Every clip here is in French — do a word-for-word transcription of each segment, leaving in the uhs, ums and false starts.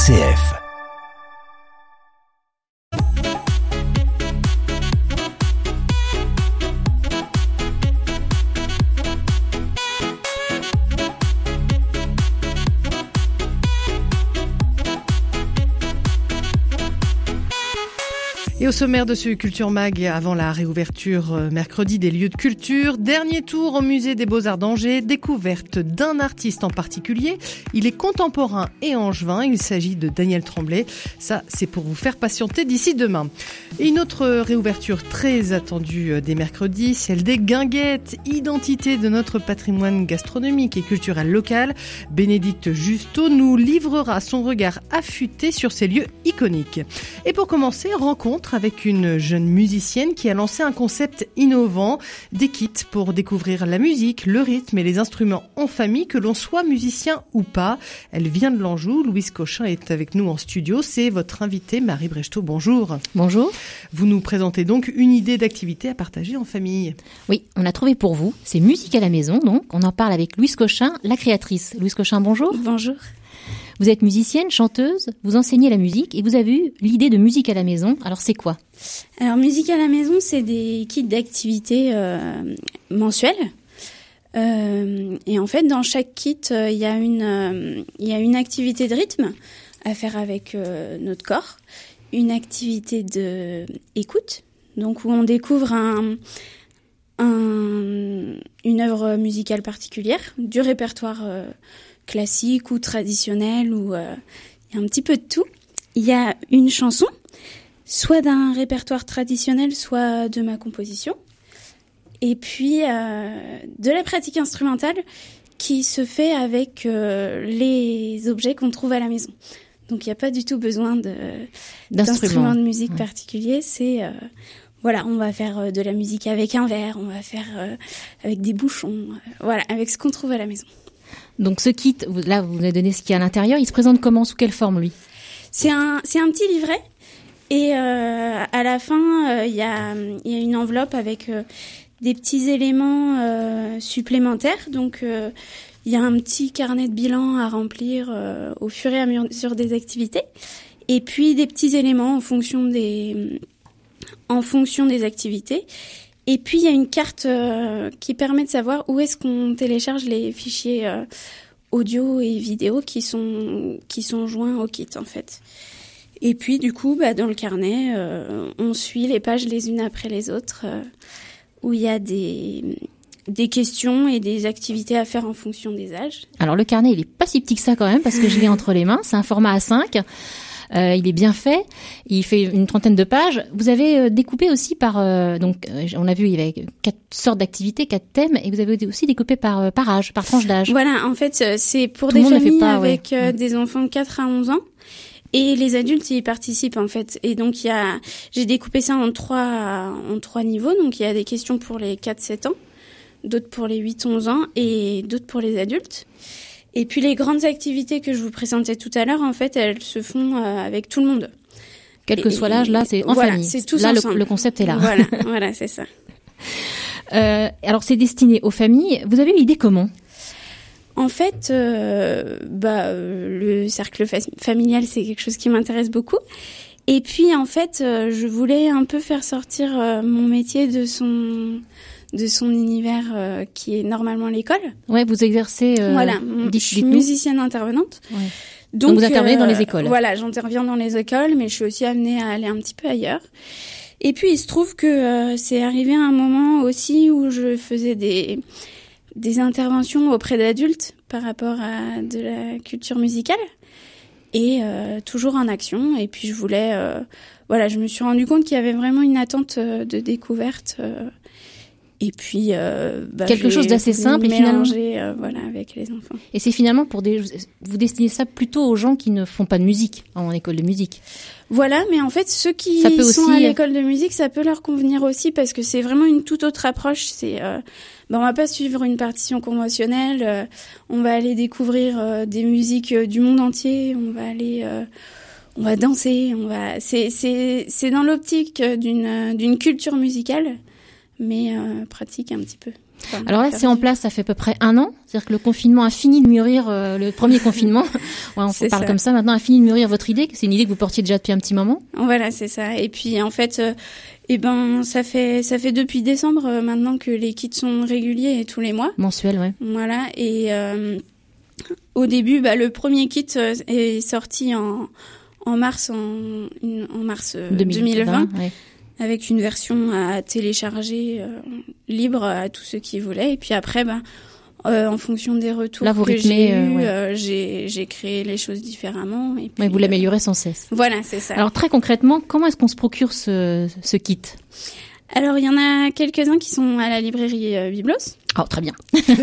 C F. Et au sommaire de ce Culture Mag, avant la réouverture euh, mercredi des lieux de culture, dernier tour au musée des Beaux-Arts d'Angers, découverte d'un artiste en particulier. Il est contemporain et angevin, il s'agit de Daniel Tremblay. Ça, c'est pour vous faire patienter d'ici demain. Et une autre réouverture très attendue des mercredis, celle des Guinguettes, identité de notre patrimoine gastronomique et culturel local. Bénédicte Justeau nous livrera son regard affûté sur ces lieux iconiques. Et pour commencer, rencontre avec une jeune musicienne qui a lancé un concept innovant, des kits pour découvrir la musique, le rythme et les instruments en famille, que l'on soit musicien ou pas. Elle vient de l'Anjou. Louise Cochin est avec nous en studio. C'est votre invitée, Marie Brechtot. Bonjour. Bonjour. Vous nous présentez donc une idée d'activité à partager en famille. Oui, on a trouvé pour vous. C'est Musique à la maison, donc. On en parle avec Louise Cochin, la créatrice. Louise Cochin, bonjour. Bonjour. Vous êtes musicienne, chanteuse, vous enseignez la musique et vous avez eu l'idée de Musique à la maison. Alors c'est quoi ? Alors Musique à la maison, c'est des kits d'activités euh, mensuels. Euh, et en fait, dans chaque kit, il euh, y a une euh, il y a une activité de rythme à faire avec euh, notre corps, une activité de écoute, donc où on découvre un un une œuvre musicale particulière, du répertoire euh, classique ou traditionnel, ou il euh, y a un petit peu de tout. Il y a une chanson, soit d'un répertoire traditionnel, soit de ma composition. Et puis euh, de la pratique instrumentale qui se fait avec euh, les objets qu'on trouve à la maison. Donc il n'y a pas du tout besoin de, d'instruments de musique ouais. particuliers. C'est euh, voilà, on va faire de la musique avec un verre, on va faire euh, avec des bouchons, euh, voilà, avec ce qu'on trouve à la maison. Donc ce kit, là vous nous avez donné ce qu'il y a à l'intérieur, il se présente comment, sous quelle forme lui ? C'est un, c'est un petit livret et euh, à la fin il euh, y a, il y a une enveloppe avec euh, des petits éléments euh, supplémentaires. Donc il euh, y a un petit carnet de bilan à remplir euh, au fur et à mesure des activités, et puis des petits éléments en fonction des, en fonction des activités. Et puis, il y a une carte euh, qui permet de savoir où est-ce qu'on télécharge les fichiers euh, audio et vidéo qui sont, qui sont joints au kit, en fait. Et puis, du coup, bah, dans le carnet, euh, on suit les pages les unes après les autres, euh, où il y a des, des questions et des activités à faire en fonction des âges. Alors, le carnet, il est pas si petit que ça quand même, parce que je l'ai entre les mains. C'est un format A cinq. Euh, il est bien fait, il fait une trentaine de pages. Vous avez euh, découpé aussi par, euh, donc euh, on a vu, il y avait quatre sortes d'activités, quatre thèmes, et vous avez aussi découpé par euh, par âge, par tranche d'âge. Voilà, en fait, c'est pour Tout des familles pas, avec ouais. euh, des enfants de quatre à onze ans, et les adultes y participent en fait. Et donc il y a, j'ai découpé ça en trois en trois niveaux. Donc il y a des questions pour les quatre sept ans, d'autres pour les huit onze ans, et d'autres pour les adultes. Et puis les grandes activités que je vous présentais tout à l'heure, en fait, elles se font euh, avec tout le monde. Quel que et, soit l'âge, là, c'est en voilà, famille. C'est tous là, ensemble. Le, le concept est là. Voilà, voilà, c'est ça. Euh, alors, c'est destiné aux familles. Vous avez eu l'idée comment ? En fait, euh, bah, euh, le cercle fa- familial, c'est quelque chose qui m'intéresse beaucoup. Et puis, en fait, euh, je voulais un peu faire sortir euh, mon métier de son... de son univers euh, qui est normalement l'école. Ouais, vous exercez... Euh, voilà, dites, je suis musicienne intervenante. Ouais. Donc, donc vous intervenez euh, dans les écoles. Voilà, j'interviens dans les écoles, mais je suis aussi amenée à aller un petit peu ailleurs. Et puis, il se trouve que euh, c'est arrivé à un moment aussi où je faisais des, des interventions auprès d'adultes par rapport à de la culture musicale, et euh, toujours en action. Et puis, je voulais... Euh, voilà, je me suis rendu compte qu'il y avait vraiment une attente euh, de découverte... Euh, Et puis euh, bah, quelque chose d'assez simple et finalement euh, voilà, avec les enfants. Et c'est finalement pour des vous destinez ça plutôt aux gens qui ne font pas de musique en école de musique. Voilà, mais en fait ceux qui ça peut sont aussi... à l'école de musique, ça peut leur convenir aussi parce que c'est vraiment une toute autre approche. C'est euh, ben on va pas suivre une partition conventionnelle, euh, on va aller découvrir euh, des musiques euh, du monde entier, on va aller euh, on va danser, on va c'est c'est c'est dans l'optique d'une d'une culture musicale, mais euh, pratique un petit peu. Enfin, Alors là, c'est en place, ça fait à peu près un an. C'est-à-dire que le confinement a fini de mûrir, euh, le premier confinement. Ouais, on C'est parle ça. comme ça. Maintenant, a fini de mûrir votre idée. C'est une idée que vous portiez déjà depuis un petit moment. Voilà, c'est ça. Et puis en fait, euh, eh ben ça fait ça fait depuis décembre euh, maintenant que les kits sont réguliers et tous les mois. Mensuel, ouais. Voilà. Et euh, au début, bah, le premier kit euh, est sorti en en mars en, en mars euh, deux mille vingt. Ouais. Avec une version à télécharger euh, libre à tous ceux qui voulaient. Et puis après, ben, euh, en fonction des retours Là, vous que rythmez, j'ai euh, eus, ouais. euh, j'ai, j'ai créé les choses différemment. Et puis, Ouais, vous l'améliorez sans cesse. euh, voilà, c'est ça. Alors très concrètement, comment est-ce qu'on se procure ce, ce kit? Alors, il y en a quelques-uns qui sont à la librairie euh, Biblos. Oh, très bien.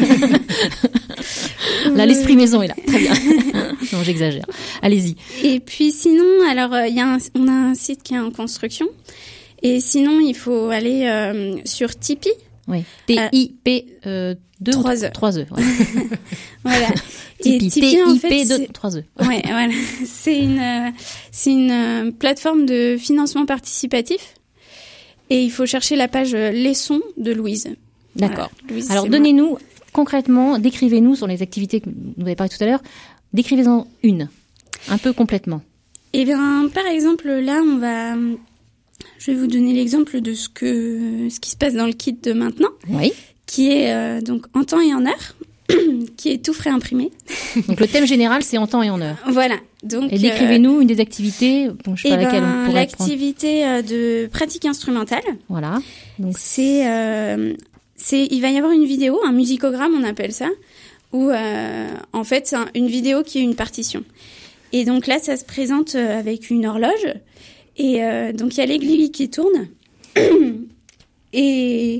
Là, l'esprit maison est là. Très bien. Non, j'exagère. Allez-y. Et puis sinon, alors, euh, il y a un, on a un site qui est en construction. Et sinon, il faut aller euh, sur Tipeee. Oui. T I P deux trois E. trois E. Ouais. Voilà. Tipeee. Et Tipeee, en fait, T I P c'est- trois E. Ouais, voilà. C'est une, euh, c'est une euh, plateforme de financement participatif. Et il faut chercher la page euh, Les Sons de Louise. D'accord. Voilà. Louise, Alors, c'est donnez-nous concrètement, décrivez-nous sur les activités que vous avez parlé tout à l'heure, décrivez-en une, un peu complètement. moi. Eh bien, par exemple, là, on va, je vais vous donner l'exemple de ce que, ce qui se passe dans le kit de maintenant, Oui. qui est euh, donc en temps et en heure, qui est tout frais imprimé. Donc, le thème général, c'est en temps et en heure. Voilà. Donc, Et décrivez-nous une des activités, bon, je sais euh, pas eh laquelle ben, on pourrait prendre. l'activité euh, de pratique instrumentale. Voilà. Donc, C'est, euh, c'est, il va y avoir une vidéo, un musicogramme, on appelle ça, où euh, en fait c'est un- une vidéo qui est une partition. Et donc là, ça se présente euh, avec une horloge, et euh, donc il y a l'aiguille qui tourne, et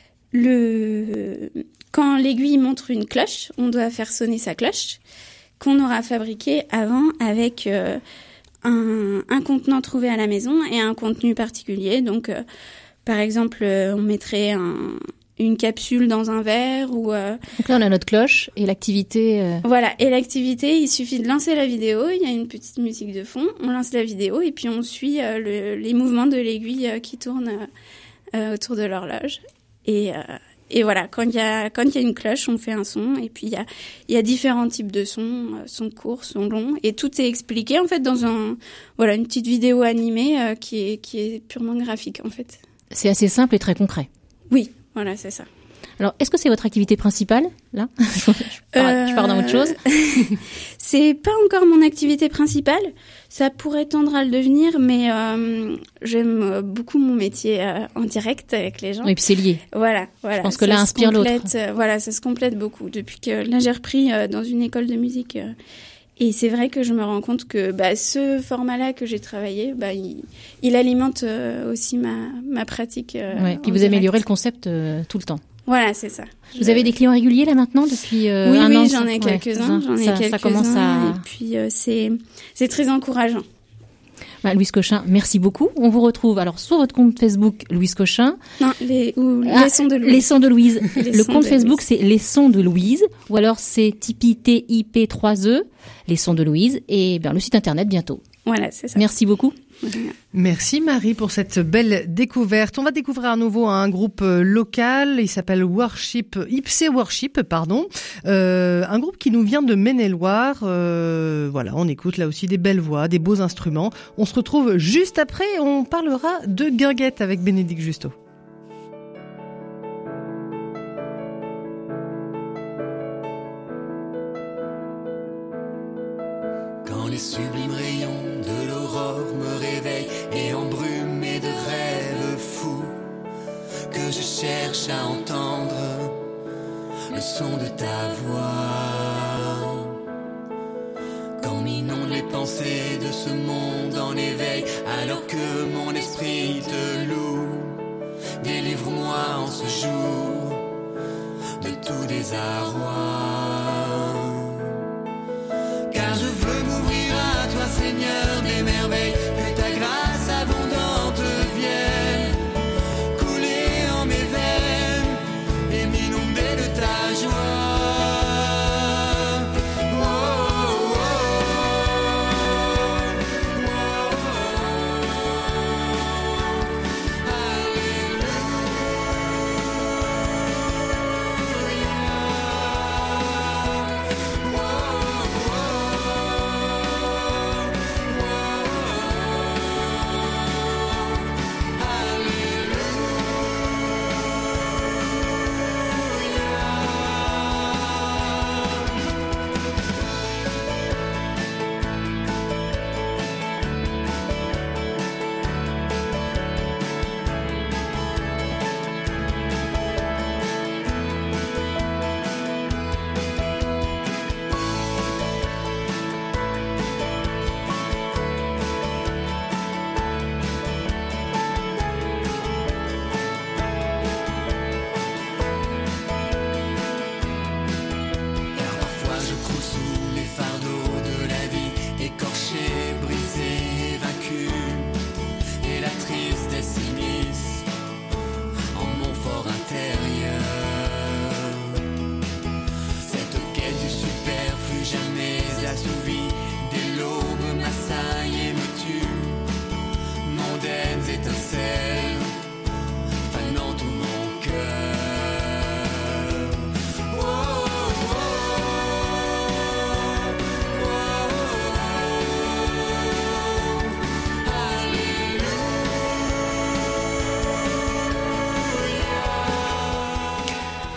le quand l'aiguille montre une cloche, on doit faire sonner sa cloche, qu'on aura fabriquée avant avec euh, un, un contenant trouvé à la maison et un contenu particulier. Donc euh, par exemple, euh, on mettrait un, une capsule dans un verre ou euh, donc là, on a notre cloche et l'activité. euh, voilà. Et l'activité, il suffit de lancer la vidéo. Il y a une petite musique de fond. On lance la vidéo et puis on suit euh, le, les mouvements de l'aiguille euh, qui tourne euh, euh, autour de l'horloge. Et, euh, et voilà, quand il y a quand il y a une cloche, on fait un son. Et puis il y a il y a différents types de sons, euh, sons courts, sons longs, et tout est expliqué en fait dans un voilà une petite vidéo animée euh, qui est qui est purement graphique en fait. C'est assez simple et très concret. Oui, voilà, c'est ça. Alors, est-ce que c'est votre activité principale, là? je, pars, je pars dans autre chose. C'est pas encore mon activité principale. Ça pourrait tendre à le devenir, mais euh, j'aime beaucoup mon métier euh, en direct avec les gens. Et puis c'est lié. Voilà, voilà. Je pense que Ça l'un se inspire l'autre. complète, euh, voilà, ça se complète beaucoup. Depuis que là, j'ai repris euh, dans une école de musique. euh, et c'est vrai que je me rends compte que bah, ce format-là que j'ai travaillé, bah, il, il alimente euh, aussi ma, ma pratique. Euh, Ouais. Puis en vous direct. améliorez le concept euh, tout le temps. Voilà, c'est ça. Vous Je- avez des clients réguliers là maintenant depuis euh, oui, un oui, an? j'en ai Ouais, quelques-uns. ça, J'en ai ça, quelques-uns. ça commence à. Et puis euh, c'est c'est très encourageant. Bah, Louise Cochin, merci beaucoup. On vous retrouve alors sur votre compte Facebook Louise Cochin. Non, les ou Ah, les sons de Louise. Les sons de Louise. Les Le sons compte de Facebook Louise. c'est Les sons de Louise, ou alors c'est Tipeee T I P trois E, Les sons de Louise, et ben le site internet bientôt. Voilà, c'est ça. Merci beaucoup. Merci Marie pour cette belle découverte. On va découvrir à nouveau un groupe euh, local, il s'appelle Worship, Ipsé Worship, pardon. Euh, un groupe qui nous vient de Maine-et-Loire. Euh, voilà, on écoute là aussi des belles voix, des beaux instruments. On se retrouve juste après, on parlera de guinguette avec Bénédicte Justo. Quand les sublimes rayons de l'aurore me réveillent et embrumés de rêves fous, que je cherche à entendre le son de ta voix. Quand m'inondent les pensées de ce monde en éveil, alors que mon esprit te loue, délivre-moi en ce jour de tout désarroi. Car je veux m'ouvrir à toi, Seigneur des merveilles, que ta grâce abondante vienne couler en mes veines et m'inonder de ta joie. Oh, oh, oh, oh, oh, Alléluia.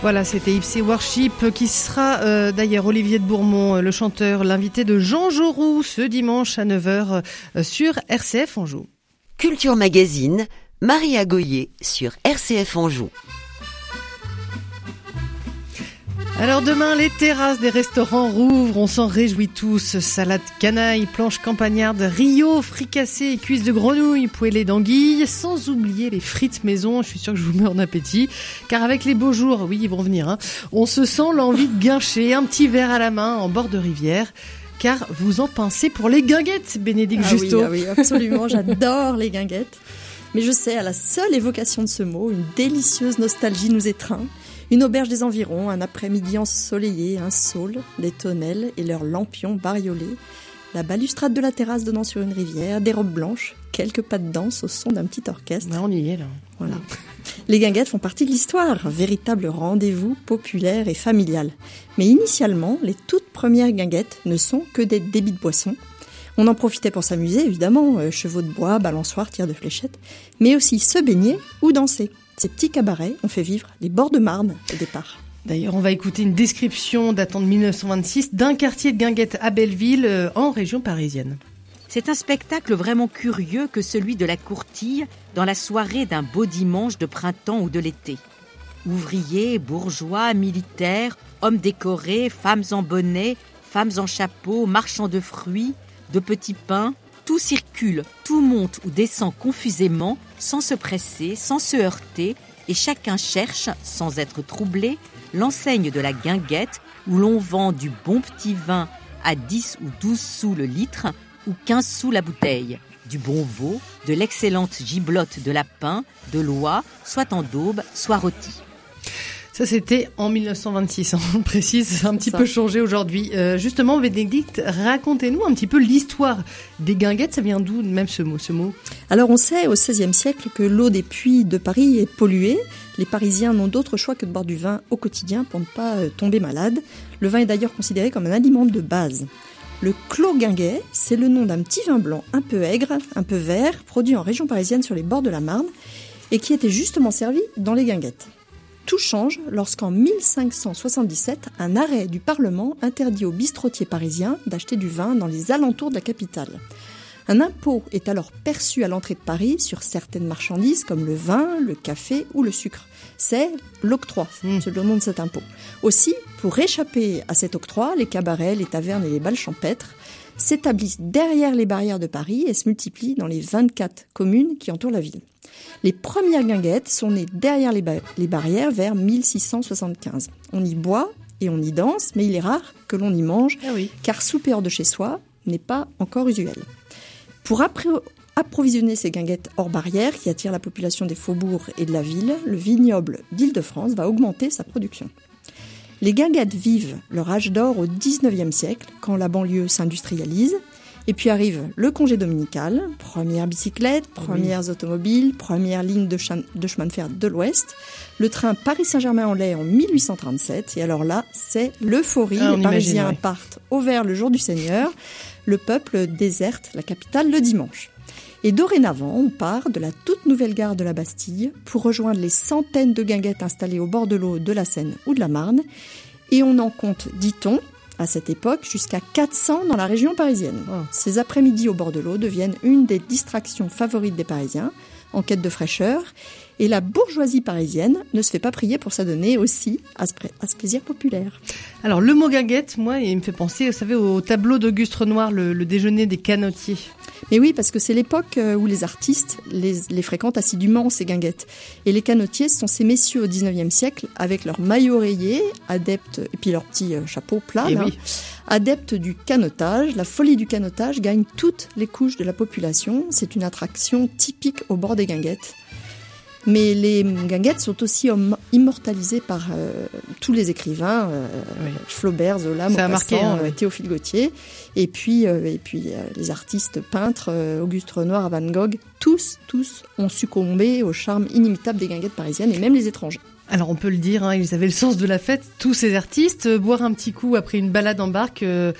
Voilà, c'était Ipsy Worship qui sera euh, d'ailleurs Olivier de Bourmont, le chanteur, l'invité de Jean Jaurou ce dimanche à neuf heures euh, sur R C F Anjou. Culture Magazine, Maria Goyer sur R C F Anjou. Alors demain, les terrasses des restaurants rouvrent, on s'en réjouit tous. Salade canaille, planche campagnarde, Rio, fricassé et cuisses de grenouille, poêlées d'anguilles, sans oublier les frites maison. Je suis sûre que je vous meurs d'appétit, car avec les beaux jours, oui, ils vont venir, hein, on se sent l'envie de guincher, un petit verre à la main en bord de rivière. Car vous en pensez pour les guinguettes, Bénédicte ah Justo. Oui, ah oui, absolument, j'adore les guinguettes. Mais je sais, à la seule évocation de ce mot, une délicieuse nostalgie nous étreint. Une auberge des environs, un après-midi ensoleillé, un saule, des tonnelles et leurs lampions bariolés, la balustrade de la terrasse donnant sur une rivière, des robes blanches, quelques pas de danse au son d'un petit orchestre. Ouais, on y est là. Voilà. Les guinguettes font partie de l'histoire, véritable rendez-vous populaire et familial. Mais initialement, les toutes premières guinguettes ne sont que des débits de boissons. On en profitait pour s'amuser, évidemment, euh, chevaux de bois, balançoires, tirs de fléchettes, mais aussi se baigner ou danser. Ces petits cabarets ont fait vivre les bords de Marne au départ. D'ailleurs, on va écouter une description datant de mille neuf cent vingt-six d'un quartier de guinguettes à Belleville, euh, en région parisienne. C'est un spectacle vraiment curieux que celui de la Courtille dans la soirée d'un beau dimanche de printemps ou de l'été. Ouvriers, bourgeois, militaires, hommes décorés, femmes en bonnet, femmes en chapeau, marchands de fruits, de petits pains, tout circule, tout monte ou descend confusément, sans se presser, sans se heurter, et chacun cherche, sans être troublé, l'enseigne de la guinguette où l'on vend du bon petit vin à dix ou douze sous le litre ou quinze sous la bouteille, du bon veau, de l'excellente giblotte de lapin, de l'oie, soit en daube, soit rôtie. Ça, c'était en mille neuf cent vingt-six, hein, on précise, c'est un petit ça. peu changé aujourd'hui. Euh, justement, Bénédicte, racontez-nous un petit peu l'histoire des guinguettes. Ça vient d'où, même ce mot, ce mot Alors, on sait au seizième siècle que l'eau des puits de Paris est polluée. Les Parisiens n'ont d'autre choix que de boire du vin au quotidien pour ne pas euh, tomber malade. Le vin est d'ailleurs considéré comme un aliment de base. Le clos guinguet, c'est le nom d'un petit vin blanc un peu aigre, un peu vert, produit en région parisienne sur les bords de la Marne et qui était justement servi dans les guinguettes. Tout change lorsqu'en mille cinq cent soixante-dix-sept, un arrêt du Parlement interdit aux bistrotiers parisiens d'acheter du vin dans les alentours de la capitale. Un impôt est alors perçu à l'entrée de Paris sur certaines marchandises comme le vin, le café ou le sucre. C'est l'octroi, mmh. c'est le nom de cet impôt. Aussi, pour échapper à cet octroi, les cabarets, les tavernes et les bals champêtres s'établissent derrière les barrières de Paris et se multiplient dans les vingt-quatre communes qui entourent la ville. Les premières guinguettes sont nées derrière les, ba- les barrières vers mille six cent soixante-quinze. On y boit et on y danse, mais il est rare que l'on y mange, ah oui. car souper hors de chez soi n'est pas encore usuel. Pour appro- approvisionner ces guinguettes hors barrières qui attirent la population des faubourgs et de la ville, le vignoble d'Île-de-France va augmenter sa production. Les guinguettes vivent leur âge d'or au dix-neuvième siècle, quand la banlieue s'industrialise. Et puis arrive le congé dominical, première bicyclette, premières oui. automobiles, première ligne de, chemin de chemin de fer de l'Ouest, le train Paris-Saint-Germain-en-Laye en mille huit cent trente-sept. Et alors là, c'est l'euphorie. Ah, les Parisiens imagine, ouais. partent au vert le jour du Seigneur. Le peuple déserte la capitale le dimanche. Et dorénavant, on part de la toute nouvelle gare de la Bastille pour rejoindre les centaines de guinguettes installées au bord de l'eau de la Seine ou de la Marne. Et on en compte, dit-on, à cette époque, jusqu'à quatre cents dans la région parisienne. Oh. Ces après-midi au bord de l'eau deviennent une des distractions favorites des Parisiens, en quête de fraîcheur. Et la bourgeoisie parisienne ne se fait pas prier pour s'adonner aussi à ce, à ce plaisir populaire. Alors, le mot guinguette, moi, il me fait penser, vous savez, au tableau d'Auguste Renoir, le, le déjeuner des canotiers. Mais oui, parce que c'est l'époque où les artistes les, les fréquentent assidûment, ces guinguettes. Et les canotiers sont ces messieurs au dix-neuvième siècle, avec leurs maillots rayés, adeptes, et puis leurs petits chapeaux plats, là, oui. adeptes du canotage. La folie du canotage gagne toutes les couches de la population. C'est une attraction typique au bord des guinguettes. Mais les guinguettes sont aussi immortalisées par euh, tous les écrivains, euh, oui. Flaubert, Zola, Maupassant, euh, Théophile Gautier, et puis, euh, et puis euh, les artistes peintres, euh, Auguste Renoir, Van Gogh, tous, tous ont succombé au charme inimitable des guinguettes parisiennes, et même les étrangers. Alors on peut le dire, hein, ils avaient le sens de la fête, tous ces artistes. Euh, boire un petit coup après une balade en barque, euh,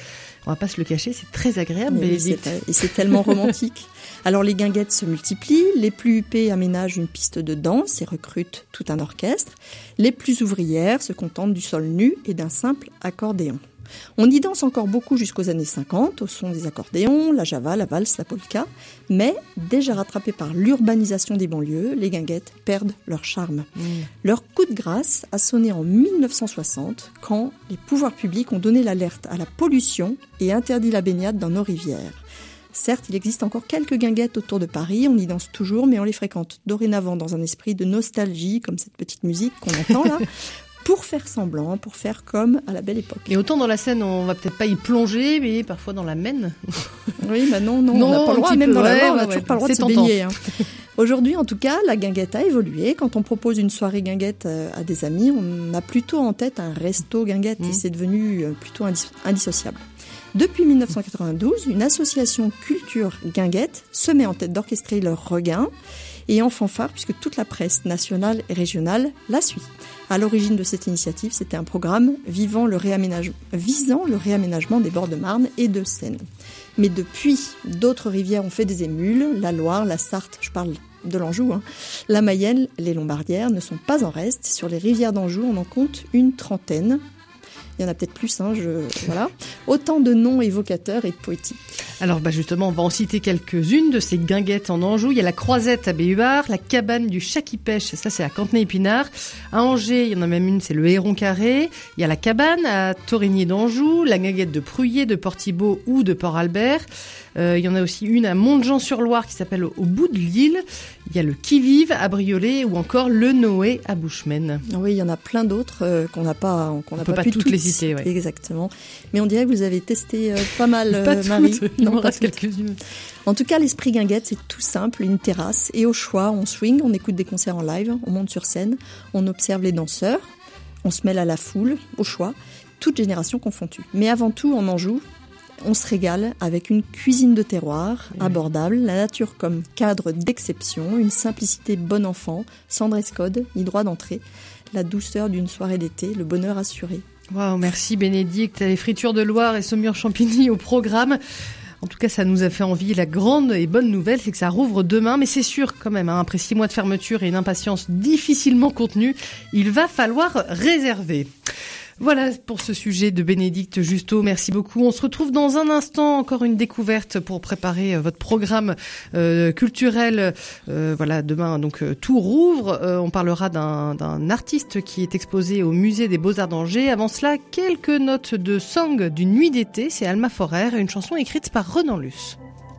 On va pas se le cacher, c'est très agréable. Oui, c'est vrai, et c'est tellement romantique. Alors les guinguettes se multiplient, les plus huppées aménagent une piste de danse et recrutent tout un orchestre. Les plus ouvrières se contentent du sol nu et d'un simple accordéon. On y danse encore beaucoup jusqu'aux années cinquante, au son des accordéons, la java, la valse, la polka. Mais, déjà rattrapées par l'urbanisation des banlieues, les guinguettes perdent leur charme. Mmh. Leur coup de grâce a sonné en dix-neuf cent soixante, quand les pouvoirs publics ont donné l'alerte à la pollution et interdit la baignade dans nos rivières. Certes, il existe encore quelques guinguettes autour de Paris, on y danse toujours, mais on les fréquente dorénavant dans un esprit de nostalgie, comme cette petite musique qu'on entend là, pour faire semblant, pour faire comme à la belle époque. Et autant dans la Seine, on va peut-être pas y plonger, mais parfois dans la Maine. Oui, bah non, non, non, on n'a pas le droit, même peu, dans la ouais, Loire, on n'a ouais, toujours ouais, pas le droit de se tentant. baigner. Hein. Aujourd'hui, en tout cas, la guinguette a évolué. Quand on propose une soirée guinguette à des amis, on a plutôt en tête un resto guinguette, mmh. et c'est devenu plutôt indis- indissociable. Depuis dix-neuf cent quatre-vingt-douze, une association culture guinguette se met en tête d'orchestrer leur regain, et en fanfare, puisque toute la presse nationale et régionale la suit. À l'origine de cette initiative, c'était un programme vivant le réaménage... visant le réaménagement des bords de Marne et de Seine. Mais depuis, d'autres rivières ont fait des émules, la Loire, la Sarthe, je parle de l'Anjou, hein. La Mayenne, les Lombardières ne sont pas en reste. Sur les rivières d'Anjou, on en compte une trentaine. Il y en a peut-être plus, hein, je... voilà. Autant de noms évocateurs et poétiques. Alors bah justement, on va en citer quelques-unes de ces guinguettes en Anjou. Il y a la Croisette à Béhuard, la cabane du Chat qui pêche, ça c'est à Cantenay-Épinard. À Angers, il y en a même une, c'est le Héron Carré. Il y a la cabane à Torigny d'Anjou, la guinguette de Pruyé, de Port-Thibault ou de Port-Albert. Euh, il y en a aussi une à Montjean-sur-Loire qui s'appelle Au bout de l'île. Il y a le Qui-Vive à Briolet ou encore le Noé à Bouchemen. Oui, il y en a plein d'autres euh, qu'on n'a pas, qu'on n'a pas, pas pu toutes toutes les citer. Ouais. Exactement. Mais on dirait que vous avez testé euh, pas mal, euh, pas toutes, Marie. Il non, en reste quelques-unes. En tout cas, l'esprit guinguette, c'est tout simple, une terrasse. Et au choix, on swing, on écoute des concerts en live, on monte sur scène, on observe les danseurs, on se mêle à la foule, au choix, toute génération confondue. Mais avant tout, on en joue. On se régale avec une cuisine de terroir oui. abordable, la nature comme cadre d'exception, une simplicité bon enfant, sans dress code ni droit d'entrée, la douceur d'une soirée d'été, le bonheur assuré. Waouh, merci Bénédicte, les fritures de Loire et Saumur Champigny au programme. En tout cas, ça nous a fait envie. La grande et bonne nouvelle, c'est que ça rouvre demain, mais c'est sûr quand même, hein, après six mois de fermeture et une impatience difficilement contenue, il va falloir réserver. Voilà pour ce sujet de Bénédicte Justeau. Merci beaucoup. On se retrouve dans un instant. Encore une découverte pour préparer votre programme euh, culturel. Euh, voilà, demain, donc euh, tout rouvre. Euh, on parlera d'un, d'un artiste qui est exposé au musée des Beaux-Arts d'Angers. Avant cela, quelques notes de Song d'une nuit d'été. C'est Alma Forer, une chanson écrite par Renan Luce.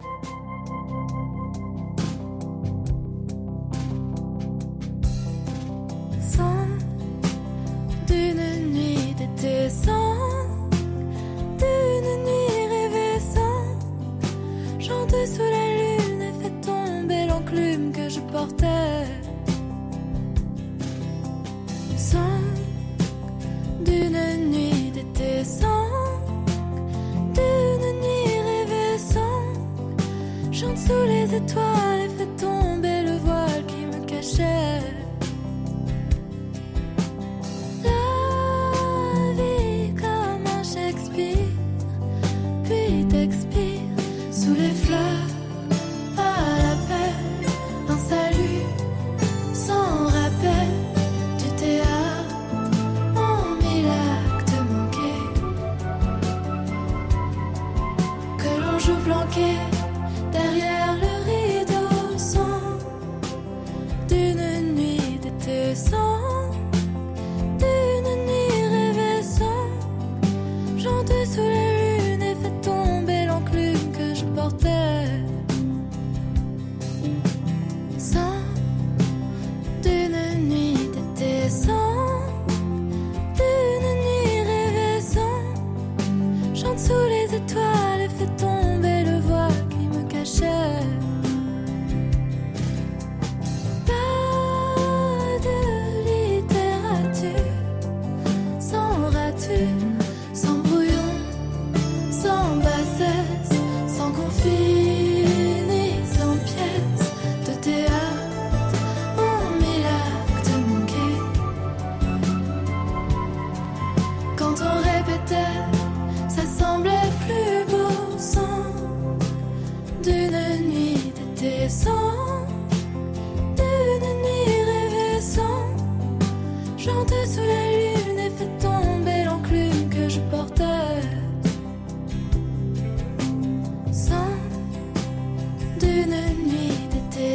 Sans d'une nuit rêvée sans chante sous la lune et fait tomber l'enclume que je portais sans d'une nuit d'été sans d'une nuit rêvée sans chante sous les étoiles et fait tomber le voile qui me cachait. Sous les fleurs, à l'appel, un salut sans rappel du théâtre en mille actes manqués. Que l'on joue planqué derrière le rideau sans d'une nuit d'été sans d'une nuit rêvée sans chante sous la lune et fait tomber l'enclume que je portais sans d'une nuit d'été sans d'une nuit rêvée sans chante sous les étoiles et fait tomber le voile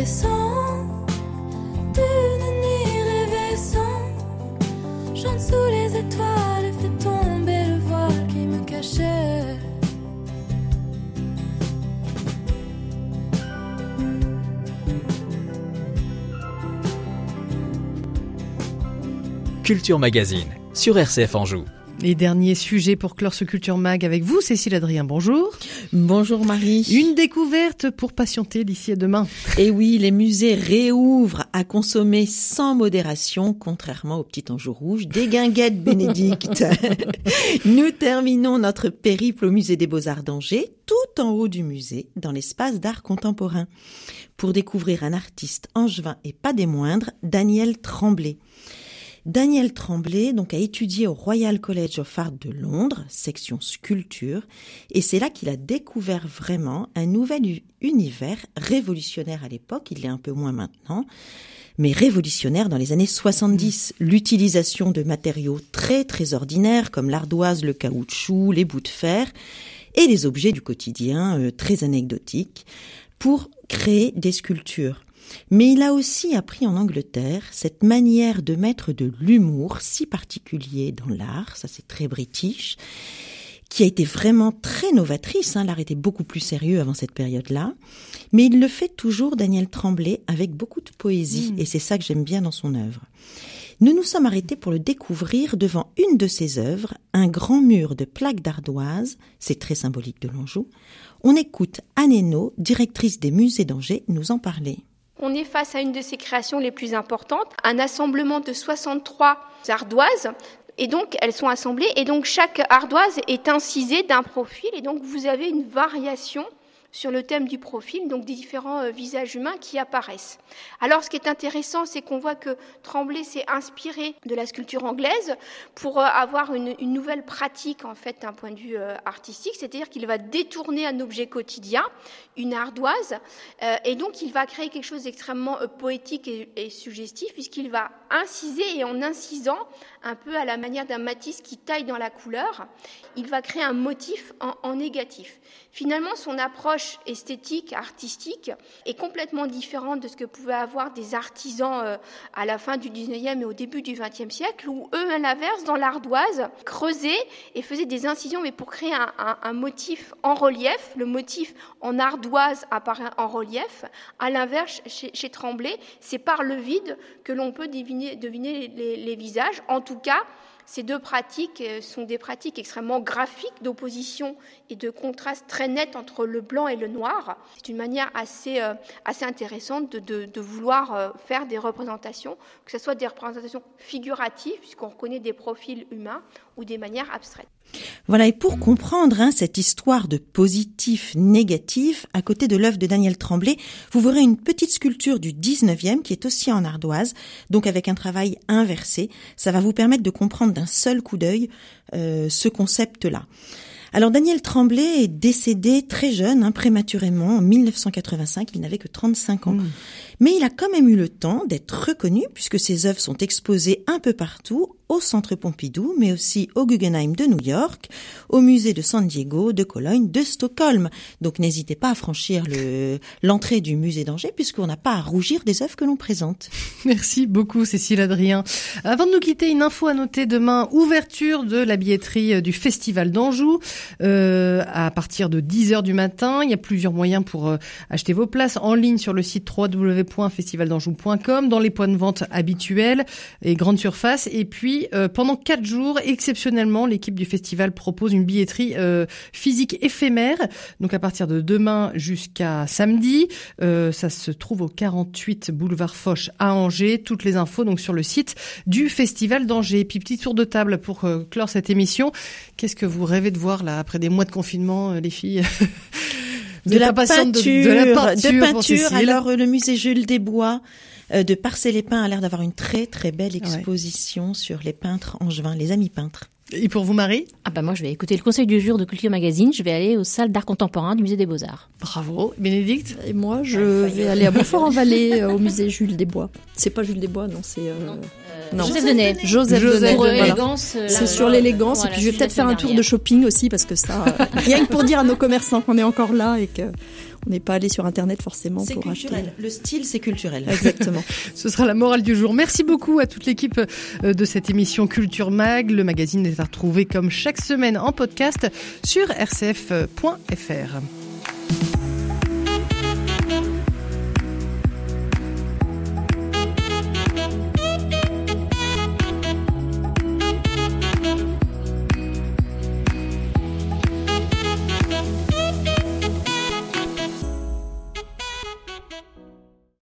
iridescent, d'une nuit rêvée sans. Chante sous les étoiles et fait tomber le voile qui me cachait. Culture Magazine, sur R C F Anjou. Les derniers sujets pour clore ce Culture Mag avec vous, Cécile Adrien, bonjour. Bonjour Marie. Une découverte pour patienter d'ici à demain. Et oui, les musées réouvrent à consommer sans modération, contrairement au petit Anjou rouge des guinguettes Bénédicte. Nous terminons notre périple au musée des Beaux-Arts d'Angers, tout en haut du musée, dans l'espace d'art contemporain, pour découvrir un artiste angevin et pas des moindres, Daniel Tremblay. Daniel Tremblay donc, a étudié au Royal College of Art de Londres, section sculpture, et c'est là qu'il a découvert vraiment un nouvel u- univers révolutionnaire à l'époque, il l'est un peu moins maintenant, mais révolutionnaire dans les années soixante-dix. Mmh. L'utilisation de matériaux très très ordinaires comme l'ardoise, le caoutchouc, les bouts de fer et les objets du quotidien euh, très anecdotiques pour créer des sculptures. Mais il a aussi appris en Angleterre cette manière de mettre de l'humour si particulier dans l'art, ça c'est très british, qui a été vraiment très novatrice, hein, l'art était beaucoup plus sérieux avant cette période-là, mais il le fait toujours, Daniel Tremblay, avec beaucoup de poésie, mmh. et c'est ça que j'aime bien dans son œuvre. Nous nous sommes arrêtés pour le découvrir devant une de ses œuvres, un grand mur de plaques d'ardoise, c'est très symbolique de l'Anjou. On écoute Anne Hainaut, directrice des musées d'Angers, nous en parler. On est face à une de ses créations les plus importantes, un assemblement de soixante-trois ardoises. Et donc, elles sont assemblées et donc chaque ardoise est incisée d'un profil et donc vous avez une variation sur le thème du profil, donc des différents euh, visages humains qui apparaissent. Alors, ce qui est intéressant, c'est qu'on voit que Tremblay s'est inspiré de la sculpture anglaise pour euh, avoir une, une nouvelle pratique, en fait, d'un point de vue euh, artistique, c'est-à-dire qu'il va détourner un objet quotidien, une ardoise, euh, et donc il va créer quelque chose d'extrêmement euh, poétique et, et suggestif, puisqu'il va inciser, et en incisant, un peu à la manière d'un Matisse qui taille dans la couleur, il va créer un motif en, en négatif. Finalement, son approche esthétique, artistique, est complètement différente de ce que pouvaient avoir des artisans euh, à la fin du dix-neuvième et au début du vingtième siècle, où eux, à l'inverse, dans l'ardoise, creusaient et faisaient des incisions, mais pour créer un, un, un motif en relief. Le motif en ardoise apparaît en relief. À l'inverse, chez, chez Tremblay, c'est par le vide que l'on peut deviner, deviner les, les visages. En tout cas, ces deux pratiques sont des pratiques extrêmement graphiques d'opposition et de contraste très net entre le blanc et le noir. C'est une manière assez, euh, assez intéressante de, de, de vouloir euh, faire des représentations, que ce soit des représentations figuratives, puisqu'on reconnaît des profils humains, ou des manières abstraites. Voilà, et pour comprendre hein, cette histoire de positif-négatif, à côté de l'œuvre de Daniel Tremblay, vous verrez une petite sculpture du dix-neuvième qui est aussi en ardoise, donc avec un travail inversé. Ça va vous permettre de comprendre d'un seul coup d'œil euh, ce concept-là. Alors Daniel Tremblay est décédé très jeune, hein, prématurément, en mille neuf cent quatre-vingt-cinq, il n'avait que trente-cinq ans. Mmh. Mais il a quand même eu le temps d'être reconnu puisque ses œuvres sont exposées un peu partout, au Centre Pompidou, mais aussi au Guggenheim de New York, au musée de San Diego, de Cologne, de Stockholm. Donc n'hésitez pas à franchir le, l'entrée du musée d'Angers puisqu'on n'a pas à rougir des œuvres que l'on présente. Merci beaucoup Cécile Adrien. Avant de nous quitter, une info à noter demain, ouverture de la billetterie du Festival d'Anjou euh, à partir de dix heures du matin. Il y a plusieurs moyens pour euh, acheter vos places en ligne sur le site w w w point festival d'anjou point com, dans les points de vente habituels et grandes surfaces. Et puis, euh, pendant quatre jours, exceptionnellement, l'équipe du festival propose une billetterie euh, physique éphémère. Donc, à partir de demain jusqu'à samedi, euh, ça se trouve au quarante-huit boulevard Foch à Angers. Toutes les infos donc sur le site du Festival d'Angers. Et puis, petit tour de table pour euh, clore cette émission. Qu'est-ce que vous rêvez de voir là après des mois de confinement, euh, les filles? De la, peinture, de, de la peinture, de peinture. Alors le musée Jules Desbois euh, de Parcé-les-Pins a l'air d'avoir une très très belle exposition ouais. sur les peintres angevins, les amis peintres. Et pour vous, Marie? Ah bah moi, je vais écouter le conseil du jour de Culture Magazine. Je vais aller aux salles d'art contemporain du musée des Beaux-Arts. Bravo. Bénédicte? Et moi, je vais aller à Beaufort-en-Vallée au musée Jules Desbois. C'est pas Jules Desbois, non, c'est... Euh... Non. Non. Joseph Denay. Joseph Denay. Pour voilà. l'élégance. C'est sur l'élégance. Voilà, et puis je vais peut-être faire un tour de shopping aussi parce que ça, rien que pour dire à nos commerçants qu'on est encore là et que on n'est pas allé sur Internet forcément c'est pour culturel. acheter. Le style, c'est culturel. Exactement. Ce sera la morale du jour. Merci beaucoup à toute l'équipe de cette émission Culture Mag. Le magazine est à retrouver comme chaque semaine en podcast sur r c f point f r.